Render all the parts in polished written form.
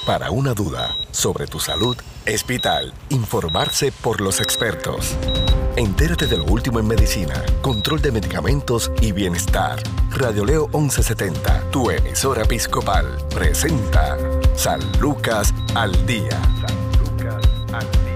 Para una duda sobre tu salud, es vital informarse por los expertos. Entérate de lo último en medicina, control de medicamentos y bienestar. Radio Leo 1170, tu emisora episcopal, presenta San Lucas al Día. San Lucas al Día.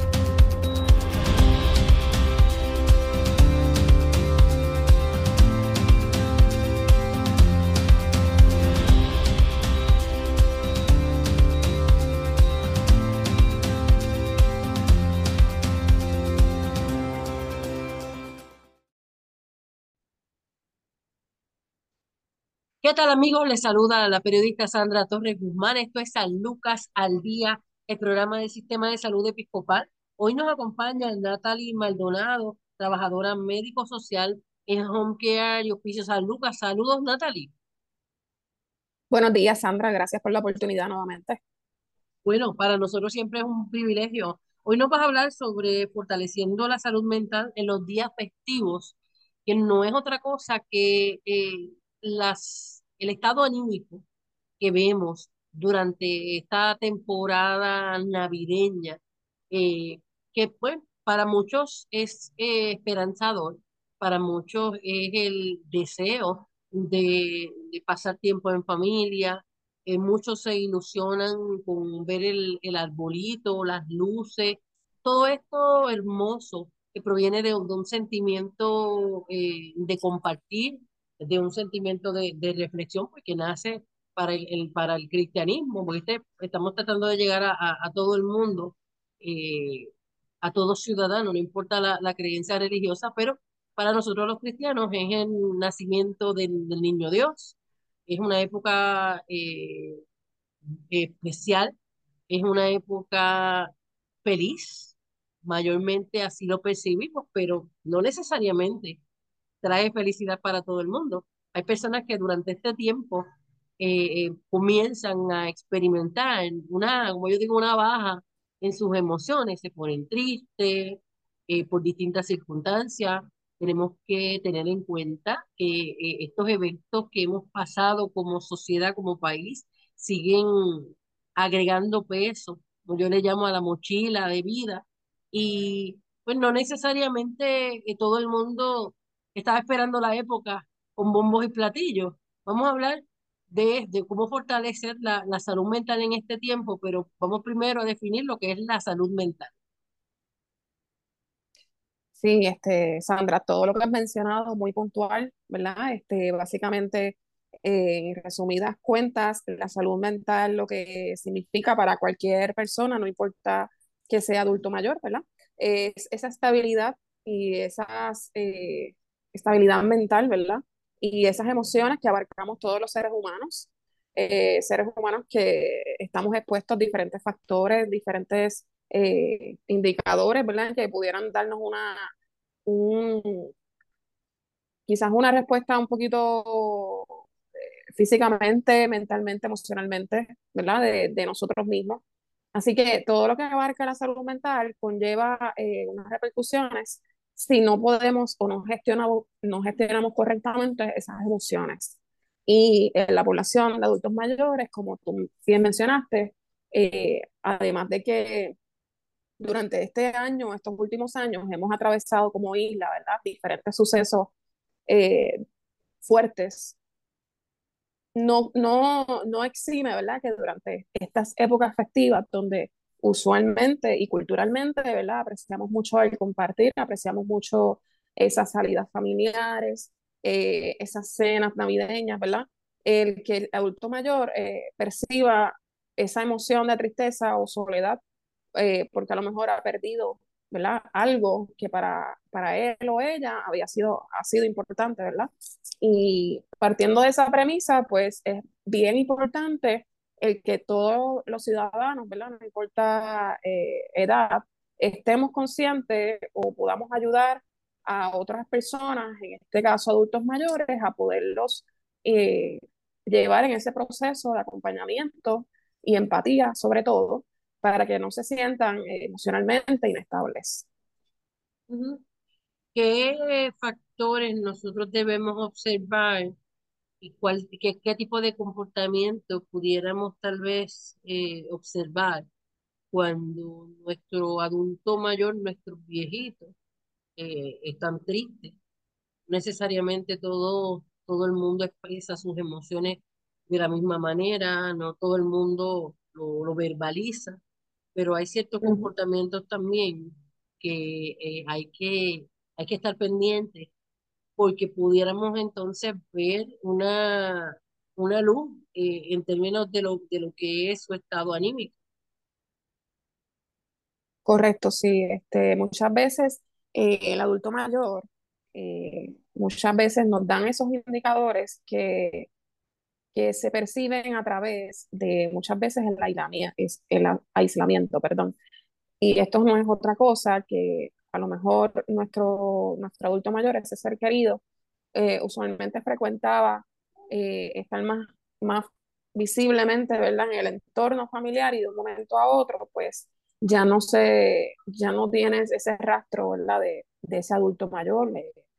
¿Qué tal, amigos? Les saluda la periodista Sandra Torres Guzmán. Esto es San Lucas al Día, el programa del Sistema de Salud Episcopal. Hoy nos acompaña Natalie Maldonado, trabajadora médico-social en Home Care y Hospicio San Lucas. Saludos, Natalie. Buenos días, Sandra. Gracias por la oportunidad nuevamente. Bueno, para nosotros siempre es un privilegio. Hoy nos vas a hablar sobre fortaleciendo la salud mental en los días festivos, que no es otra cosa que el estado anímico que vemos durante esta temporada navideña, eh, que pues para muchos es esperanzador, para muchos es el deseo de pasar tiempo en familia. Muchos se ilusionan con ver el arbolito, las luces, todo esto hermoso que proviene de un sentimiento de compartir, de un sentimiento de reflexión, porque nace para el cristianismo, porque estamos tratando de llegar a todo el mundo, eh, a todo ciudadano, no importa la creencia religiosa, pero para nosotros los cristianos es el nacimiento del niño Dios. Es una época especial, es una época feliz, mayormente así lo percibimos, pero no necesariamente trae felicidad para todo el mundo. Hay personas que durante este tiempo comienzan a experimentar como yo digo, una baja en sus emociones, se ponen tristes por distintas circunstancias. Tenemos que tener en cuenta que estos eventos que hemos pasado como sociedad, como país, siguen agregando peso, como yo le llamo a la mochila de vida, y pues no necesariamente todo el mundo estaba esperando la época con bombos y platillos. Vamos a hablar de cómo fortalecer la salud mental en este tiempo, pero vamos primero a definir lo que es la salud mental. Sí, Sandra, todo lo que has mencionado muy puntual, ¿verdad? Básicamente, en resumidas cuentas, la salud mental, lo que significa para cualquier persona, no importa que sea adulto o mayor, ¿verdad? Es esa estabilidad y estabilidad mental, ¿verdad? Y esas emociones que abarcamos todos los seres humanos que estamos expuestos a diferentes factores, diferentes indicadores, ¿verdad? Que pudieran darnos un, quizás una respuesta un poquito físicamente, mentalmente, emocionalmente, ¿verdad? De nosotros mismos. Así que todo lo que abarca la salud mental conlleva unas repercusiones si no podemos o no gestionamos correctamente esas emociones. Y la población de adultos mayores, como tú bien mencionaste, además de que durante este año, estos últimos años, hemos atravesado como isla, ¿verdad? Diferentes sucesos eh, fuertes. No exime, ¿verdad? Que durante estas épocas festivas, donde usualmente y culturalmente, ¿verdad? Apreciamos mucho el compartir, apreciamos mucho esas salidas familiares, esas cenas navideñas, ¿verdad? El que el adulto mayor perciba esa emoción de tristeza o soledad porque a lo mejor ha perdido, ¿verdad? Algo que para él o ella ha sido importante, ¿verdad? Y partiendo de esa premisa, pues es bien importante el que todos los ciudadanos, ¿verdad? No importa edad, estemos conscientes o podamos ayudar a otras personas, en este caso adultos mayores, a poderlos eh, llevar en ese proceso de acompañamiento y empatía, sobre todo, para que no se sientan emocionalmente inestables. Ujú. ¿Qué factores nosotros debemos observar y qué tipo de comportamiento pudiéramos tal vez observar cuando nuestro adulto mayor, nuestros viejitos, están tristes. No necesariamente todo el mundo expresa sus emociones de la misma manera, no todo el mundo lo verbaliza, pero hay ciertos Ujú. comportamientos también que hay que estar pendientes porque pudiéramos entonces ver una luz en términos de lo que es su estado anímico. Correcto, sí. Muchas veces el adulto mayor, muchas veces nos dan esos indicadores que se perciben a través de muchas veces el aislamiento, perdón. Y esto no es otra cosa que a lo mejor nuestro adulto mayor, ese ser querido, usualmente frecuentaba estar más visiblemente, ¿verdad? En el entorno familiar y de un momento a otro, pues ya no tienes ese rastro, ¿verdad? De ese adulto mayor,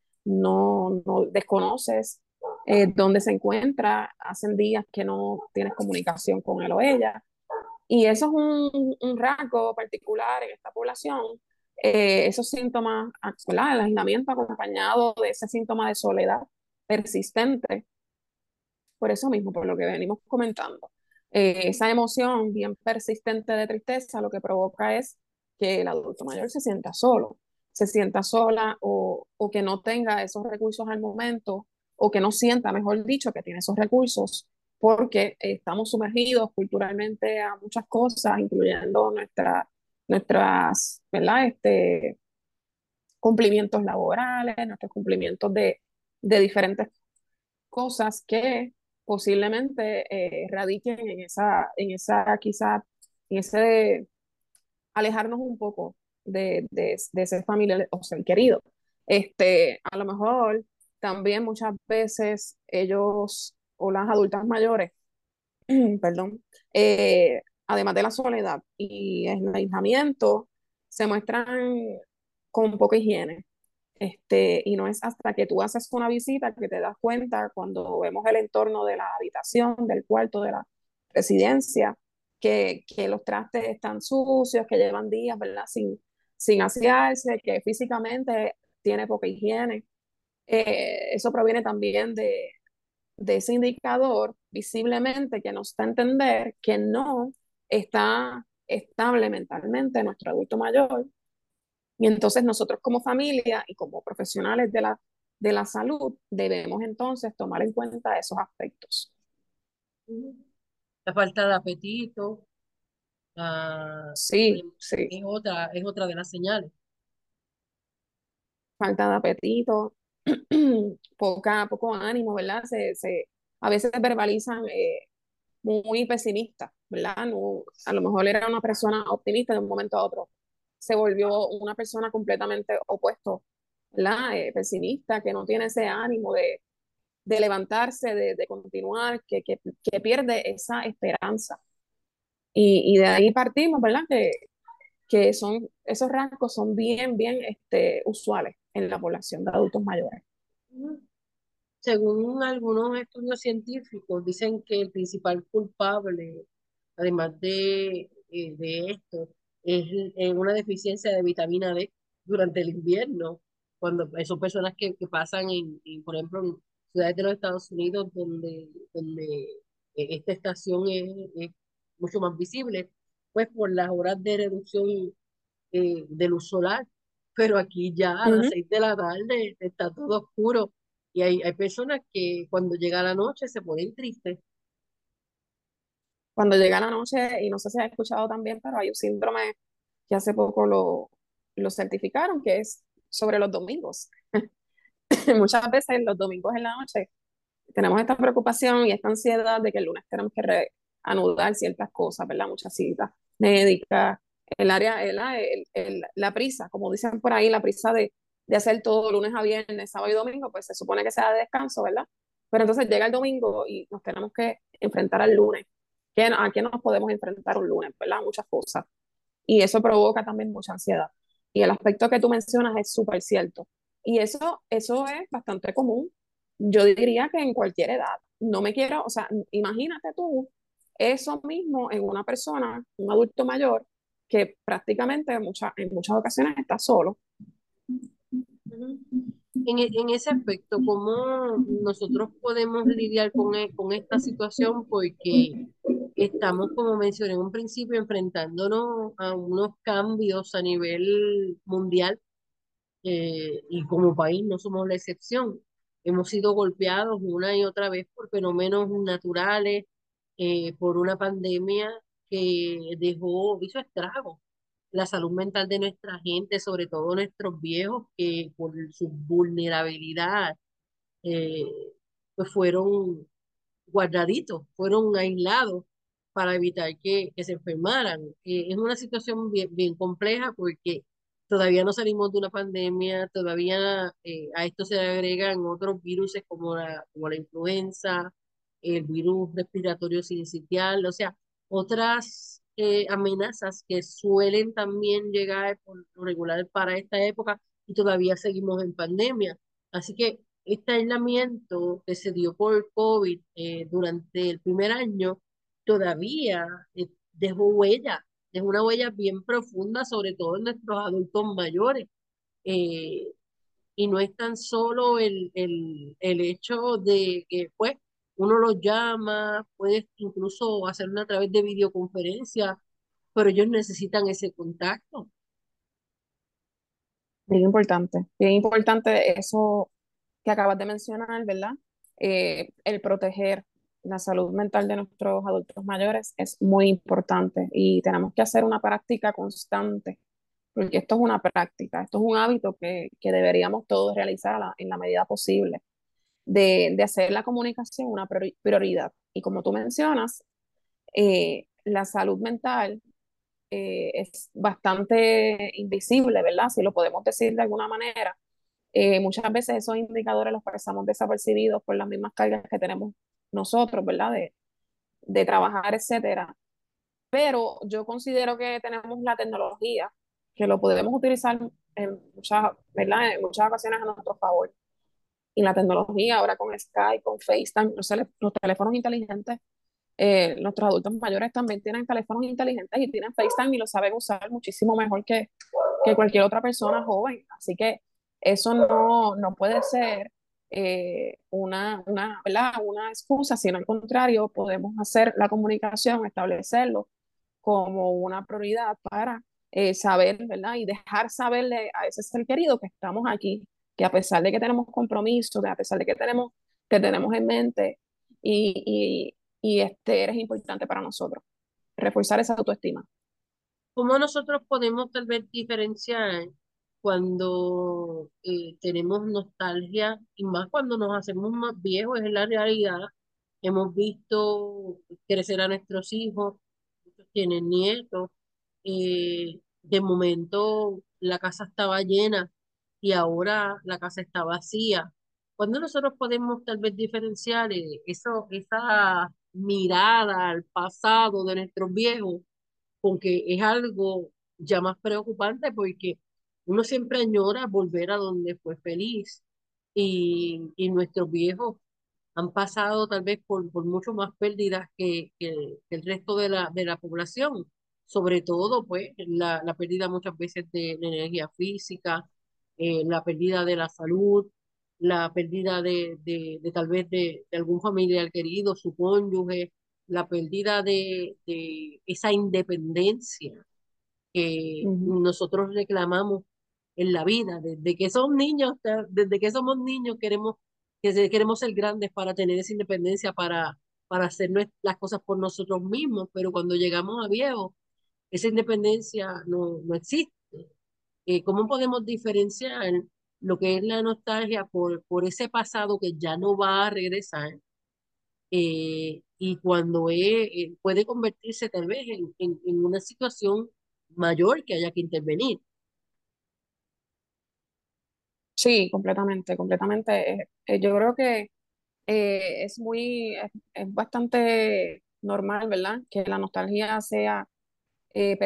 no desconoces dónde se encuentra, hacen días que no tienes comunicación con él o ella. Y eso es un rasgo particular en esta población. Esos síntomas, ¿verdad? El aislamiento acompañado de ese síntoma de soledad persistente, por eso mismo, por lo que venimos comentando. Esa emoción bien persistente de tristeza lo que provoca es que el adulto mayor se sienta solo, se sienta sola o que no tenga esos recursos al momento o que no sienta, mejor dicho, que tiene esos recursos porque estamos sumergidos culturalmente a muchas cosas, incluyendo nuestras, ¿verdad? Cumplimientos laborales, nuestros cumplimientos de diferentes cosas que posiblemente radiquen quizá, en ese alejarnos un poco de ese familiar o ser querido. A lo mejor también muchas veces ellos o las adultas mayores, perdón, además de la soledad y el aislamiento, se muestran con poca higiene. Y no es hasta que tú haces una visita que te das cuenta cuando vemos el entorno de la habitación, del cuarto, de la residencia, que los trastes están sucios, que llevan días, ¿verdad? Sin asearse, que físicamente tiene poca higiene. Eso proviene también de ese indicador visiblemente que nos da a entender que no está estable mentalmente nuestro adulto mayor y entonces nosotros como familia y como profesionales de la salud debemos entonces tomar en cuenta esos aspectos. La falta de apetito, ah, Sí, sí, es otra de las señales. falta de apetito, poco ánimo, ¿verdad? A veces verbalizan muy pesimistas, ¿verdad? No, a lo mejor era una persona optimista de un momento a otro. Se volvió una persona completamente opuesto, ¿verdad? Pesimista, que no tiene ese ánimo de levantarse, de continuar, que pierde esa esperanza. Y de ahí partimos, ¿verdad? Que esos rasgos son bien usuales en la población de adultos mayores. Según algunos estudios científicos, dicen que el principal culpable, además de esto, es una deficiencia de vitamina D durante el invierno, cuando son personas que pasan por ejemplo, en ciudades de los Estados Unidos donde esta estación es mucho más visible, pues por las horas de reducción de luz solar, pero aquí ya a Uh las -huh. 6 de la tarde está todo oscuro y hay personas que cuando llega la noche se ponen tristes. Cuando llega la noche, y no sé si has escuchado también, pero hay un síndrome que hace poco lo certificaron, que es sobre los domingos. Muchas veces los domingos en la noche tenemos esta preocupación y esta ansiedad de que el lunes tenemos que reanudar ciertas cosas, ¿verdad? Muchas citas médicas, la prisa, como dicen por ahí, la prisa de hacer todo lunes a viernes, sábado y domingo, pues se supone que sea de descanso, ¿verdad? Pero entonces llega el domingo y nos tenemos que enfrentar al lunes. ¿A qué nos podemos enfrentar un lunes, ¿verdad? Muchas cosas. Y eso provoca también mucha ansiedad. Y el aspecto que tú mencionas es súper cierto. Y eso es bastante común. Yo diría que en cualquier edad. no me quiero, o sea, imagínate tú eso mismo en una persona, un adulto mayor, que prácticamente en muchas ocasiones está solo. Ujú. En ese aspecto, ¿cómo nosotros podemos lidiar con esta situación? Porque estamos, como mencioné en un principio, enfrentándonos a unos cambios a nivel mundial, y como país no somos la excepción. Hemos sido golpeados una y otra vez por fenómenos naturales, por una pandemia que hizo estragos. La salud mental de nuestra gente, sobre todo nuestros viejos, que por su vulnerabilidad, eh, pues fueron guardaditos, fueron aislados para evitar que se enfermaran. Es una situación bien compleja porque todavía no salimos de una pandemia, todavía a esto se agregan otros virus como la influenza, el virus respiratorio sincitial, o sea, otras amenazas que suelen también llegar por lo regular para esta época y todavía seguimos en pandemia. Así que este aislamiento que se dio por COVID durante el primer año todavía dejó una huella bien profunda, sobre todo en nuestros adultos mayores. Eh, y no es tan solo el hecho de que pues uno los llama, puedes incluso hacerlo a través de videoconferencia, pero ellos necesitan ese contacto. Bien importante eso que acabas de mencionar, ¿verdad? El proteger la salud mental de nuestros adultos mayores es muy importante y tenemos que hacer una práctica constante, porque esto es una práctica, esto es un hábito que deberíamos todos realizar en la medida posible, de hacer la comunicación una prioridad. Y como tú mencionas, la salud mental es bastante invisible, ¿verdad? Si lo podemos decir de alguna manera. Muchas veces esos indicadores los pasamos desapercibidos por las mismas cargas que tenemos nosotros, ¿verdad? De trabajar, etcétera. Pero yo considero que tenemos la tecnología, que lo podemos utilizar en muchas, ¿verdad? En muchas ocasiones a nuestro favor. Y la tecnología ahora con Skype, con FaceTime, los teléfonos inteligentes, nuestros adultos mayores también tienen teléfonos inteligentes y tienen FaceTime y lo saben usar muchísimo mejor que cualquier otra persona joven. Así que eso no puede ser ¿verdad? Una excusa, sino al contrario, podemos hacer la comunicación, establecerlo como una prioridad para saber, ¿verdad? Y dejar saberle a ese ser querido que estamos aquí, que a pesar de que tenemos compromisos, que a pesar de que te tenemos en mente eres importante para nosotros. Reforzar esa autoestima. ¿Cómo nosotros podemos tal vez diferenciar cuando tenemos nostalgia y más cuando nos hacemos más viejos? Es la realidad. Hemos visto crecer a nuestros hijos, muchos tienen nietos. De momento la casa estaba llena y ahora la casa está vacía. Cuando nosotros podemos tal vez diferenciar esa mirada al pasado de nuestros viejos, porque es algo ya más preocupante porque uno siempre añora volver a donde fue feliz y nuestros viejos han pasado tal vez por mucho más pérdidas que el resto de la población, sobre todo pues la pérdida muchas veces de energía física, la pérdida de la salud, la pérdida de tal vez de algún familiar querido, su cónyuge, la pérdida de esa independencia que Ujú. nosotros reclamamos en la vida. Desde que son niños, desde que somos niños queremos ser grandes para tener esa independencia, para hacer las cosas por nosotros mismos, pero cuando llegamos a viejos, esa independencia no existe. ¿Cómo podemos diferenciar lo que es la nostalgia por ese pasado que ya no va a regresar? Y cuando puede convertirse tal vez en una situación mayor que haya que intervenir. Sí, completamente, completamente. Yo creo que es bastante normal, ¿verdad? Que la nostalgia sea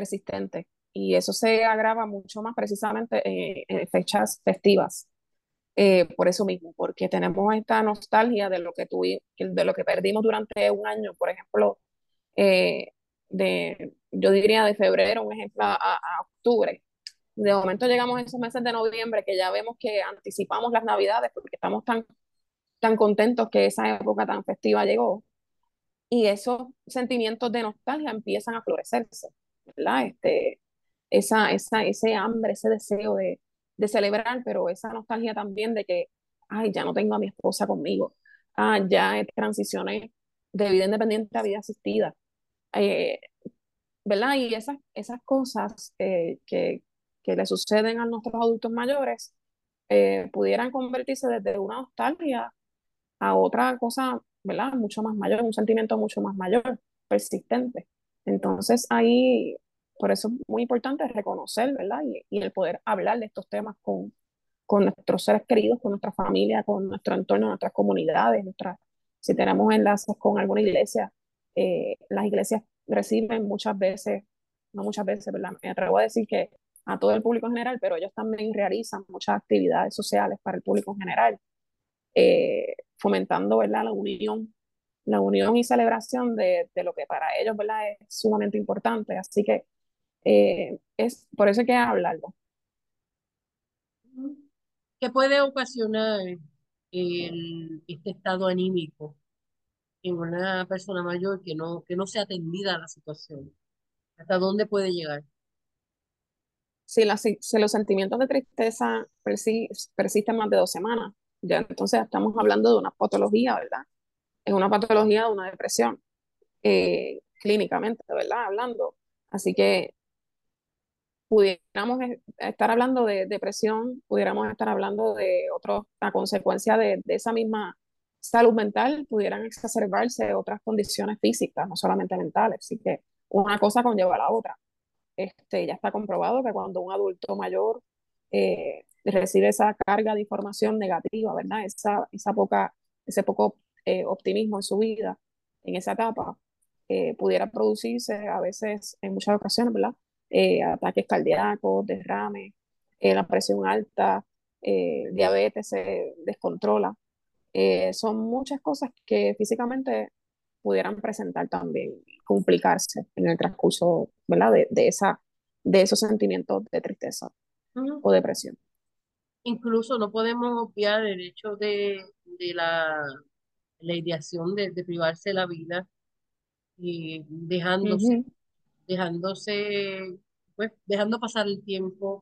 persistente y eso se agrava mucho más precisamente en fechas festivas. por eso mismo, porque tenemos esta nostalgia de lo que de lo que perdimos durante un año, por ejemplo, eh, yo diría de febrero, un ejemplo, a octubre. De momento llegamos a esos meses de noviembre que ya vemos que anticipamos las navidades porque estamos tan contentos que esa época tan festiva llegó y esos sentimientos de nostalgia empiezan a florecerse, ¿verdad? Ese hambre, ese deseo de celebrar, pero esa nostalgia también de que, ay, ya no tengo a mi esposa conmigo, ya transicioné de vida independiente a vida asistida, eh, ¿verdad? Y esas cosas que le suceden a nuestros adultos mayores pudieran convertirse desde una nostalgia a otra cosa, ¿verdad? Mucho más mayor, un sentimiento mucho más mayor, persistente. Entonces ahí, por eso es muy importante reconocer, ¿verdad? Y el poder hablar de estos temas con nuestros seres queridos, con nuestra familia, con nuestro entorno, nuestras comunidades, si tenemos enlaces con alguna iglesia, las iglesias reciben muchas veces, no muchas veces, ¿verdad? Me atrevo a decir que a todo el público en general, pero ellos también realizan muchas actividades sociales para el público en general, fomentando, ¿verdad? La unión y celebración de lo que para ellos, ¿verdad? Es sumamente importante. Así que es por eso hay que hablarlo. ¿Qué puede ocasionar este estado anímico en una persona mayor que no sea atendida a la situación? ¿Hasta dónde puede llegar? Si los sentimientos de tristeza persisten más de 2 semanas, ya entonces estamos hablando de una patología, ¿verdad? Es una patología de una depresión, clínicamente, ¿verdad? Hablando. Así que pudiéramos estar hablando de depresión, pudiéramos estar hablando de otros, a consecuencia de esa misma salud mental, pudieran exacerbarse otras condiciones físicas, no solamente mentales. Así que una cosa conlleva a la otra. Ya está comprobado que cuando un adulto mayor recibe esa carga de información negativa, ¿verdad? Ese poco optimismo en su vida, en esa etapa, pudiera producirse a veces, en muchas ocasiones, ¿verdad? Ataques cardíacos, derrames, la presión alta, diabetes se descontrola. Son muchas cosas que físicamente pudieran presentar también, complicarse en el transcurso, ¿verdad? De esos sentimientos de tristeza Ujú. o depresión. Incluso no podemos obviar el hecho de la ideación de privarse la vida y Ujú. dejándose, pues, dejando pasar el tiempo,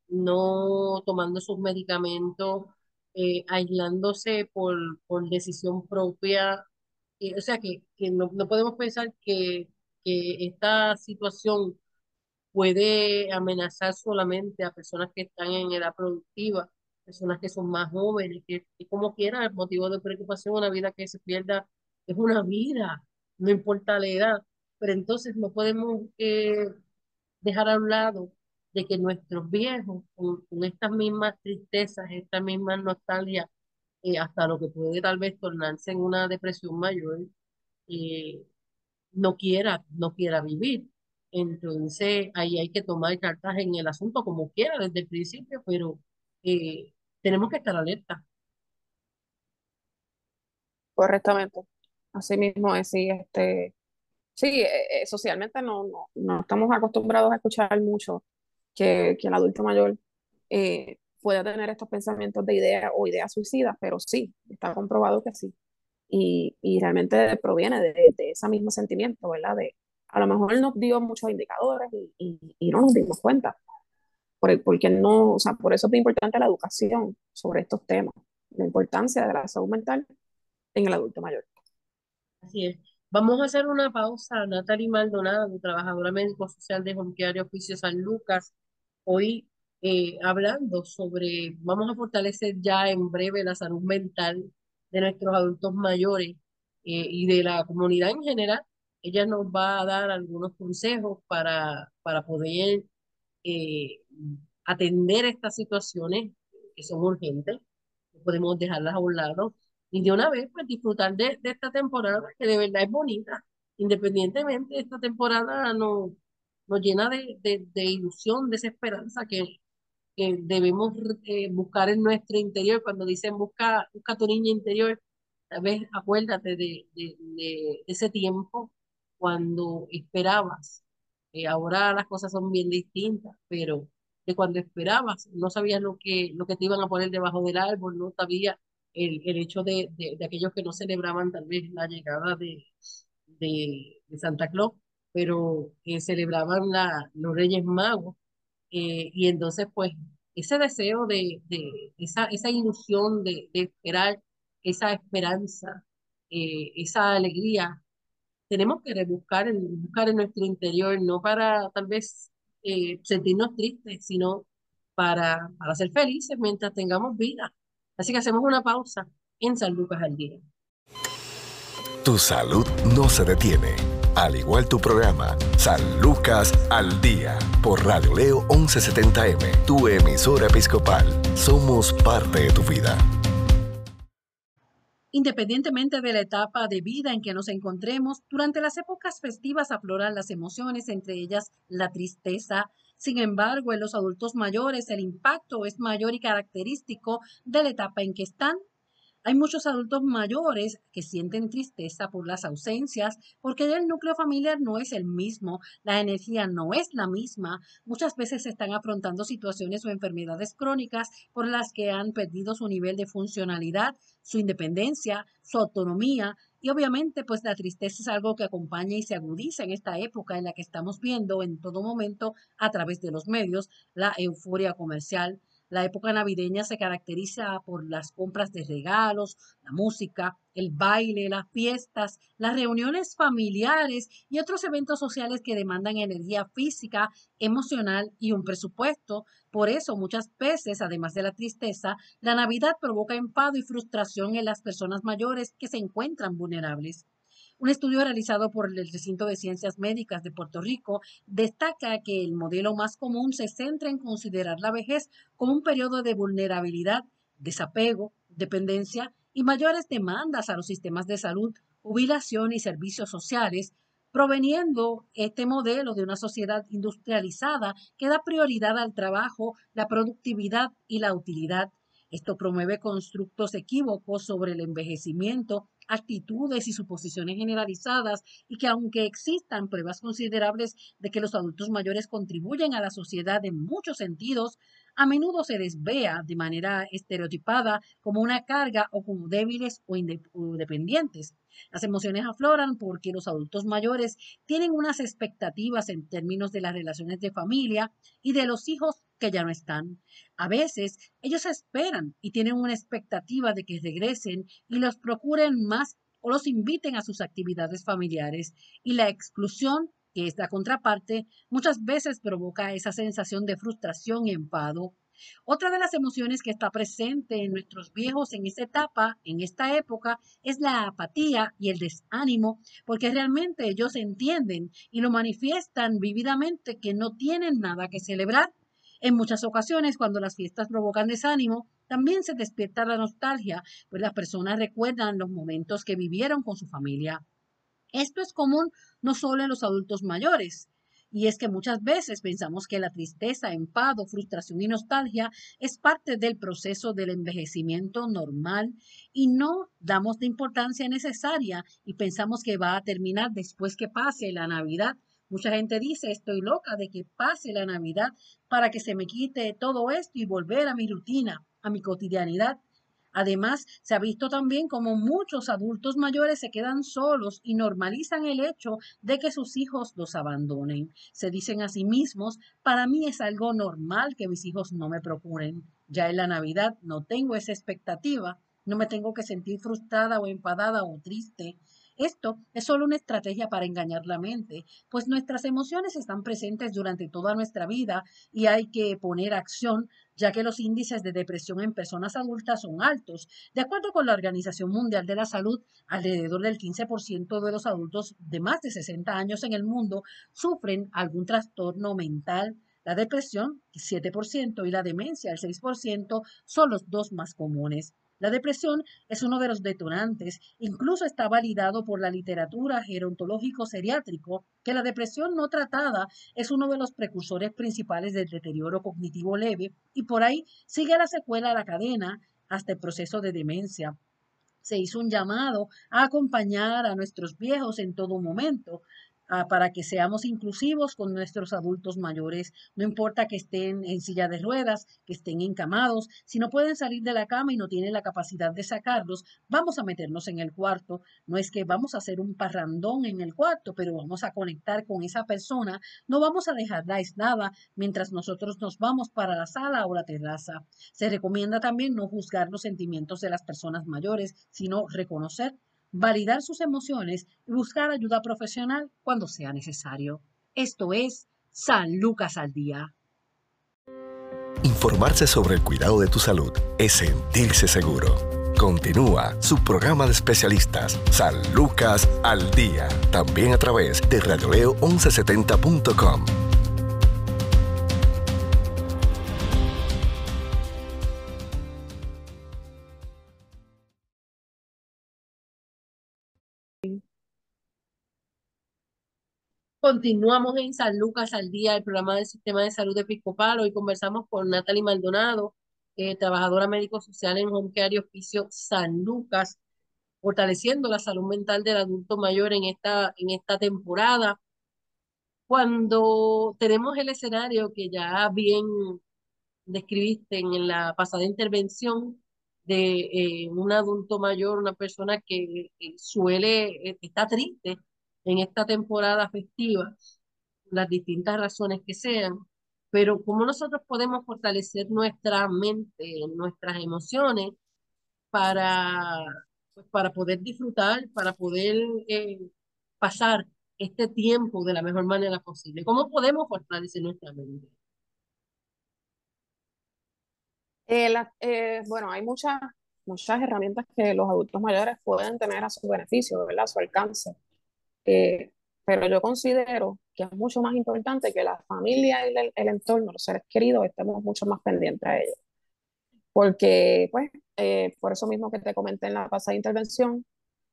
no tomando sus medicamentos, aislándose por decisión propia. O sea que no podemos pensar que esta situación puede amenazar solamente a personas que están en edad productiva, personas que son más jóvenes, que como quiera, el motivo de preocupación, una vida que se pierda es una vida, no importa la edad. Pero entonces no podemos dejar a un lado de que nuestros viejos, con estas mismas tristezas, estas mismas nostalgias, hasta lo que puede tal vez tornarse en una depresión mayor, eh, no quiera vivir. Entonces, ahí hay que tomar cartas en el asunto como quiera desde el principio, pero tenemos que estar alerta. Correctamente. Así mismo es, sí, sí, socialmente no estamos acostumbrados a escuchar mucho que el adulto mayor pueda tener estos pensamientos de ideas o ideas suicidas, pero sí, está comprobado que sí. Y realmente proviene de ese mismo sentimiento, ¿verdad? A lo mejor nos dio muchos indicadores y no nos dimos cuenta, porque no, o sea, por eso es importante la educación sobre estos temas, la importancia de la salud mental en el adulto mayor. Así es. Vamos a hacer una pausa. Natalie Maldonado, trabajadora médico social de Home Care Oficio San Lucas, hoy hablando sobre, vamos a fortalecer ya en breve la salud mental de nuestros adultos mayores y de la comunidad en general. Ella nos va a dar algunos consejos para poder eh, atender estas situaciones que son urgentes, no podemos dejarlas a un lado y de una vez pues disfrutar de esta temporada que de verdad es bonita. Independientemente, esta temporada nos llena de ilusión, de esa esperanza que debemos buscar en nuestro interior. Cuando dicen busca tu niña interior, tal vez acuérdate de ese tiempo cuando esperabas. Ahora las cosas son bien distintas, pero de cuando esperabas, no sabías lo que te iban a poner debajo del árbol, no sabías el hecho de aquellos que no celebraban tal vez la llegada de Santa Claus, pero celebraban los Reyes Magos. Y entonces, pues, ese deseo esa ilusión de esperar, esa esperanza, esa alegría, tenemos que buscar en nuestro interior, no para tal vez sentirnos tristes, sino para ser felices mientras tengamos vida. Así que hacemos una pausa en San Lucas al Día. Tu salud no se detiene. Al igual tu programa, San Lucas al Día, por Radio Leo 1170M, tu emisora episcopal. Somos parte de tu vida. Independientemente de la etapa de vida en que nos encontremos, durante las épocas festivas afloran las emociones, entre ellas la tristeza. Sin embargo, en los adultos mayores el impacto es mayor y característico de la etapa en que están. Hay muchos adultos mayores que sienten tristeza por las ausencias, porque ya el núcleo familiar no es el mismo, la energía no es la misma. Muchas veces están afrontando situaciones o enfermedades crónicas por las que han perdido su nivel de funcionalidad, su independencia, su autonomía. Y obviamente, pues la tristeza es algo que acompaña y se agudiza en esta época en la que estamos viendo en todo momento a través de los medios la euforia comercial. La época navideña se caracteriza por las compras de regalos, la música, el baile, las fiestas, las reuniones familiares y otros eventos sociales que demandan energía física, emocional y un presupuesto. Por eso, muchas veces, además de la tristeza, la Navidad provoca enfado y frustración en las personas mayores que se encuentran vulnerables. Un estudio realizado por el Recinto de Ciencias Médicas de Puerto Rico destaca que el modelo más común se centra en considerar la vejez como un periodo de vulnerabilidad, desapego, dependencia y mayores demandas a los sistemas de salud, jubilación y servicios sociales, proveniendo este modelo de una sociedad industrializada que da prioridad al trabajo, la productividad y la utilidad. Esto promueve constructos equívocos sobre el envejecimiento, actitudes y suposiciones generalizadas, y que aunque existan pruebas considerables de que los adultos mayores contribuyen a la sociedad en muchos sentidos, a menudo se les vea de manera estereotipada como una carga o como débiles o dependientes. Las emociones afloran porque los adultos mayores tienen unas expectativas en términos de las relaciones de familia y de los hijos que ya no están. A veces ellos esperan y tienen una expectativa de que regresen y los procuren más o los inviten a sus actividades familiares. Y la exclusión, que es la contraparte, muchas veces provoca esa sensación de frustración y enfado. Otra de las emociones que está presente en nuestros viejos en esta etapa, en esta época, es la apatía y el desánimo, porque realmente ellos entienden y lo manifiestan vívidamente que no tienen nada que celebrar. En muchas ocasiones, cuando las fiestas provocan desánimo, también se despierta la nostalgia, pues las personas recuerdan los momentos que vivieron con su familia. Esto es común no solo en los adultos mayores, y es que muchas veces pensamos que la tristeza, enfado, frustración y nostalgia es parte del proceso del envejecimiento normal y no damos la importancia necesaria y pensamos que va a terminar después que pase la Navidad. Mucha gente dice, estoy loca de que pase la Navidad para que se me quite todo esto y volver a mi rutina, a mi cotidianidad. Además, se ha visto también como muchos adultos mayores se quedan solos y normalizan el hecho de que sus hijos los abandonen. Se dicen a sí mismos, para mí es algo normal que mis hijos no me procuren. Ya en la Navidad no tengo esa expectativa, no me tengo que sentir frustrada o enfadada o triste. Esto es solo una estrategia para engañar la mente, pues nuestras emociones están presentes durante toda nuestra vida y hay que poner acción ya que los índices de depresión en personas adultas son altos. De acuerdo con la Organización Mundial de la Salud, alrededor del 15% de los adultos de más de 60 años en el mundo sufren algún trastorno mental. La depresión, 7%, y la demencia, el 6%, son los dos más comunes. La depresión es uno de los detonantes, incluso está validado por la literatura gerontológico geriátrico, que la depresión no tratada es uno de los precursores principales del deterioro cognitivo leve y por ahí sigue la secuela a la cadena hasta el proceso de demencia. Se hizo un llamado a acompañar a nuestros viejos en todo momento, para que seamos inclusivos con nuestros adultos mayores. No importa que estén en silla de ruedas, que estén encamados, si no pueden salir de la cama y no tienen la capacidad de sacarlos, vamos a meternos en el cuarto. No es que vamos a hacer un parrandón en el cuarto, pero vamos a conectar con esa persona. No vamos a dejarla aislada mientras nosotros nos vamos para la sala o la terraza. Se recomienda también no juzgar los sentimientos de las personas mayores, sino reconocer, validar sus emociones y buscar ayuda profesional cuando sea necesario. Esto es San Lucas al Día. Informarse sobre el cuidado de tu salud es sentirse seguro. Continúa su programa de especialistas, San Lucas al Día, también a través de radioleo1170.com. Continuamos en San Lucas al Día, el programa del Sistema de Salud Episcopal. Hoy conversamos con Natalie Maldonado, trabajadora médico-social en Home Care y Hospicio San Lucas, fortaleciendo la salud mental del adulto mayor en esta temporada. Cuando tenemos el escenario que ya bien describiste en la pasada intervención de un adulto mayor, una persona que está triste en esta temporada festiva, las distintas razones que sean, pero cómo nosotros podemos fortalecer nuestra mente, nuestras emociones para, pues, para poder disfrutar, para poder pasar este tiempo de la mejor manera posible. ¿Cómo podemos fortalecer nuestra mente? Bueno, hay muchas herramientas que los adultos mayores pueden tener a su beneficio, ¿verdad? A su alcance. Eh, pero yo considero que es mucho más importante que la familia y el entorno, los seres queridos, estemos mucho más pendientes a ellos. Porque, pues, por eso mismo que te comenté en la pasada intervención,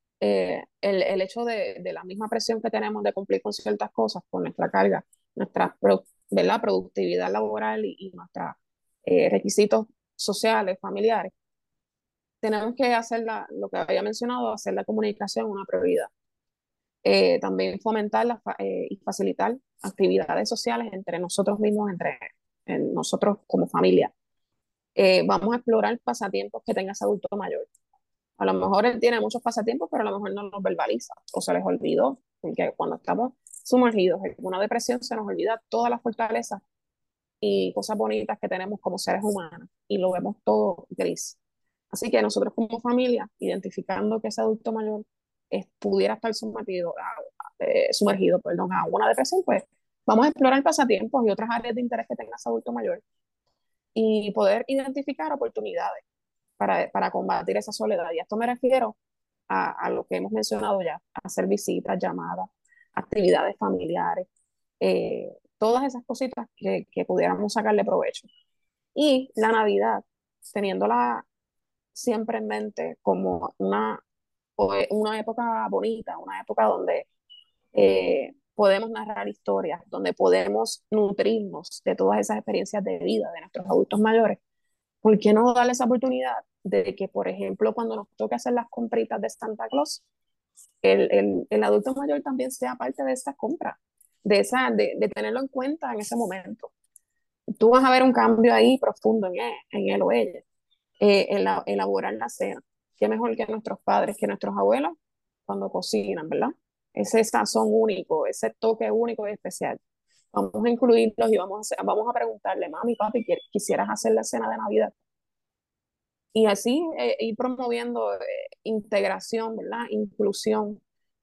el hecho de la misma presión que tenemos de cumplir con ciertas cosas, con nuestra carga, ¿verdad? Productividad laboral y nuestros requisitos sociales, familiares, tenemos que hacer lo que había mencionado, hacer la comunicación una prioridad. También fomentar y facilitar actividades sociales entre nosotros mismos, en nosotros como familia. Vamos a explorar pasatiempos que tenga ese adulto mayor. A lo mejor él tiene muchos pasatiempos, pero a lo mejor no los verbaliza o se les olvidó, porque cuando estamos sumergidos en una depresión se nos olvida todas las fortalezas y cosas bonitas que tenemos como seres humanos y lo vemos todo gris. Así que nosotros como familia, identificando que ese adulto mayor pudiera estar sumergido a una depresión, pues vamos a explorar pasatiempos y otras áreas de interés que tenga ese adulto mayor y poder identificar oportunidades para combatir esa soledad. Y a esto me refiero a lo que hemos mencionado ya, hacer visitas, llamadas, actividades familiares, todas esas cositas que pudiéramos sacarle provecho. Y la Navidad, teniéndola siempre en mente como una época bonita, una época donde podemos narrar historias, donde podemos nutrirnos de todas esas experiencias de vida de nuestros adultos mayores. ¿Por qué no darle esa oportunidad de que, por ejemplo, cuando nos toque hacer las compritas de Santa Claus, el adulto mayor también sea parte de esas compras, de tenerlo en cuenta en ese momento? Tú vas a ver un cambio ahí profundo en él o ella. Elaborar la cena. Qué mejor que nuestros padres, que nuestros abuelos cuando cocinan, ¿verdad? Ese sazón único, ese toque único y especial. Vamos a incluirlos y vamos a preguntarle, mami, papi, ¿quisieras hacer la cena de Navidad? Y así ir promoviendo integración, ¿verdad? Inclusión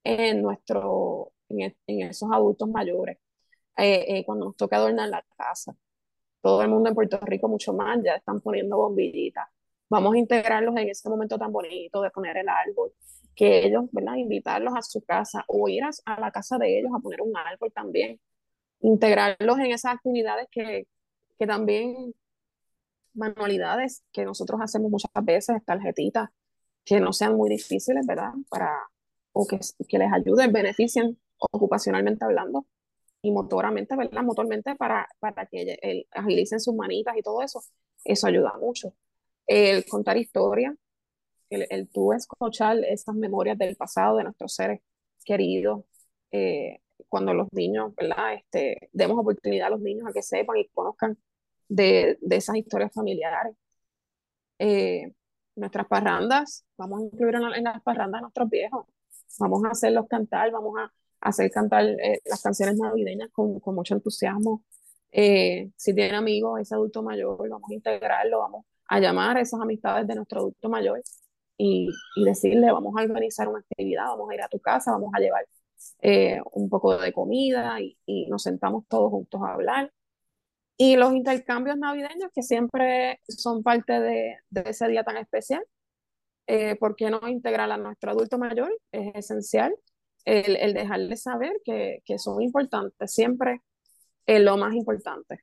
en esos adultos mayores. Cuando nos toca adornar la casa, todo el mundo en Puerto Rico mucho más, ya están poniendo bombillitas. Vamos a integrarlos en ese momento tan bonito de poner el árbol, que ellos, ¿verdad? Invitarlos a su casa o ir a la casa de ellos a poner un árbol también. Integrarlos en esas actividades que también manualidades que nosotros hacemos muchas veces, tarjetitas que no sean muy difíciles, ¿verdad? O que les ayuden, beneficien ocupacionalmente hablando y motoramente, ¿verdad? Motormente para que agilicen sus manitas y todo eso. Eso ayuda mucho. El contar historias, el tú escuchar esas memorias del pasado de nuestros seres queridos, cuando los niños, ¿verdad? Demos oportunidad a los niños a que sepan y conozcan de esas historias familiares. Eh, Nuestras parrandas, vamos a incluir en las parrandas a nuestros viejos, vamos a hacerlos cantar, vamos a hacer cantar las canciones navideñas con mucho entusiasmo. Si tienen amigos, ese adulto mayor, vamos a integrarlo, vamos a llamar a esas amistades de nuestro adulto mayor y decirle, vamos a organizar una actividad, vamos a ir a tu casa, vamos a llevar un poco de comida y nos sentamos todos juntos a hablar. Y los intercambios navideños que siempre son parte de ese día tan especial, ¿por qué no integrar a nuestro adulto mayor? Es esencial el dejarles saber que son importantes, siempre es lo más importante.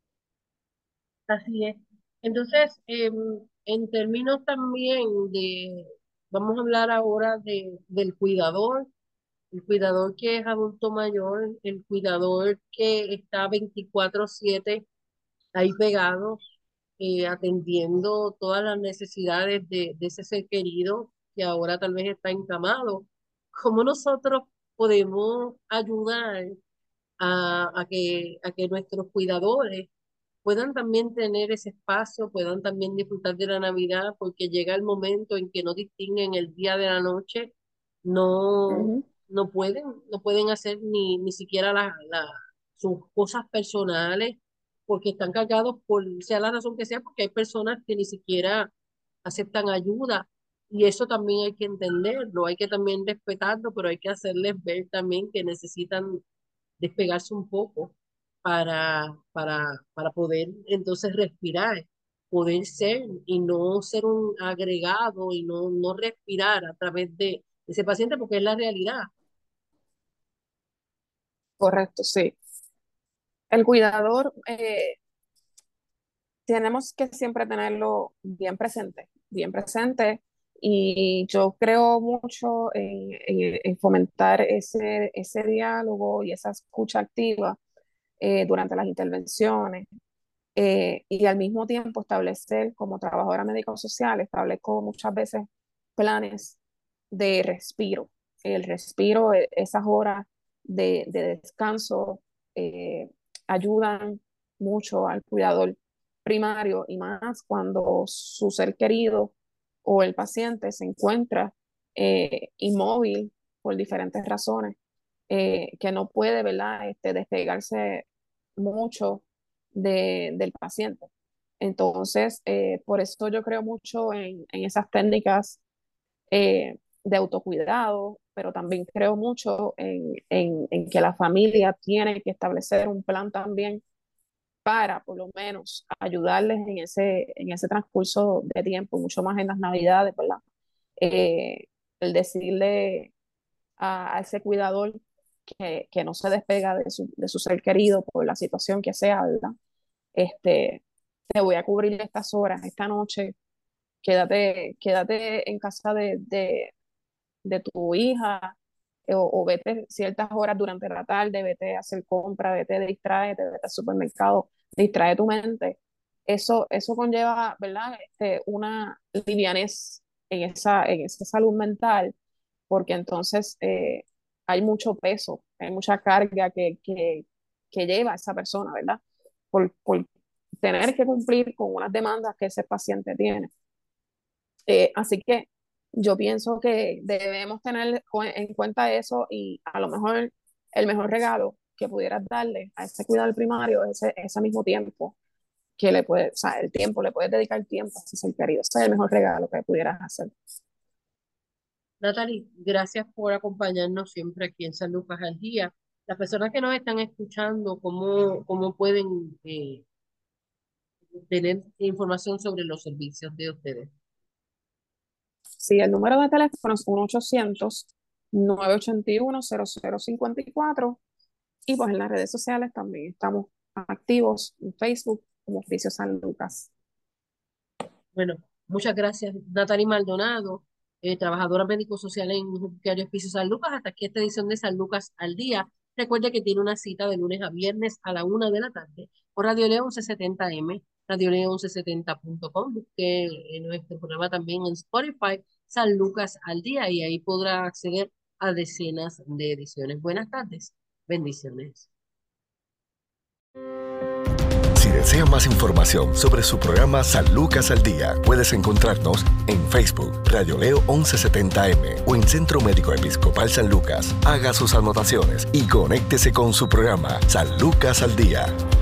Así es. Entonces, en términos también vamos a hablar ahora del cuidador, el cuidador que es adulto mayor, el cuidador que está 24/7 ahí pegado, atendiendo todas las necesidades de ese ser querido que ahora tal vez está encamado. ¿Cómo nosotros podemos ayudar a que nuestros cuidadores puedan también tener ese espacio, puedan también disfrutar de la Navidad, porque llega el momento en que no distinguen el día de la noche, no, Ujú. no pueden hacer ni siquiera sus cosas personales, porque están cargados por, sea la razón que sea, porque hay personas que ni siquiera aceptan ayuda. Y eso también hay que entenderlo, hay que también respetarlo, pero hay que hacerles ver también que necesitan despegarse un poco para poder entonces respirar, poder ser y no ser un agregado y no respirar a través de ese paciente porque es la realidad. Correcto, sí. El cuidador, tenemos que siempre tenerlo bien presente, y yo creo mucho en fomentar ese diálogo y esa escucha activa durante las intervenciones, y al mismo tiempo establecer, como trabajadora médico-social, establezco muchas veces planes de respiro. El respiro, esas horas de descanso, ayudan mucho al cuidador primario, y más cuando su ser querido o el paciente se encuentra inmóvil por diferentes razones, que no puede, ¿verdad? Despegarse mucho del paciente. Entonces, por eso yo creo mucho en esas técnicas de autocuidado, pero también creo mucho en que la familia tiene que establecer un plan también para, por lo menos, ayudarles en ese transcurso de tiempo, mucho más en las Navidades, ¿verdad? Eh, el decirle a ese cuidador que no se despega de su ser querido por la situación que sea, ¿verdad? Este, Te voy a cubrir estas horas, esta noche, quédate en casa de tu hija, o vete ciertas horas durante la tarde, vete a hacer compra, distráete, vete al supermercado, distrae tu mente. Eso conlleva, ¿verdad? Una livianez en esa salud mental, porque entonces hay mucho peso, hay mucha carga que lleva esa persona, ¿verdad? Por tener que cumplir con unas demandas que ese paciente tiene. Así que yo pienso que debemos tener en cuenta eso, y a lo mejor el mejor regalo que pudieras darle a ese cuidado primario es ese mismo tiempo que o sea, el tiempo, le puedes dedicar tiempo a ese ser querido. Ese es el mejor regalo que pudieras hacer. Natalie, gracias por acompañarnos siempre aquí en San Lucas al Día. Las personas que nos están escuchando, ¿cómo pueden tener información sobre los servicios de ustedes? Sí, el número de teléfono es 1-800-981-0054, y pues en las redes sociales también estamos activos en Facebook como Oficio San Lucas. Bueno, muchas gracias, Natalie Maldonado, trabajadora médico-social en Diario Hospicio San Lucas. Hasta aquí esta edición de San Lucas al Día. Recuerde que tiene una cita de lunes a viernes a la 1 de la tarde por Radio Leo 1170M, radioleo1170.com. Busque nuestro programa también en Spotify, San Lucas al Día, y ahí podrá acceder a decenas de ediciones. Buenas tardes, bendiciones. Si desea más información sobre su programa San Lucas al Día, puedes encontrarnos en Facebook, Radio Leo 1170M o en Centro Médico Episcopal San Lucas. Haga sus anotaciones y conéctese con su programa San Lucas al Día.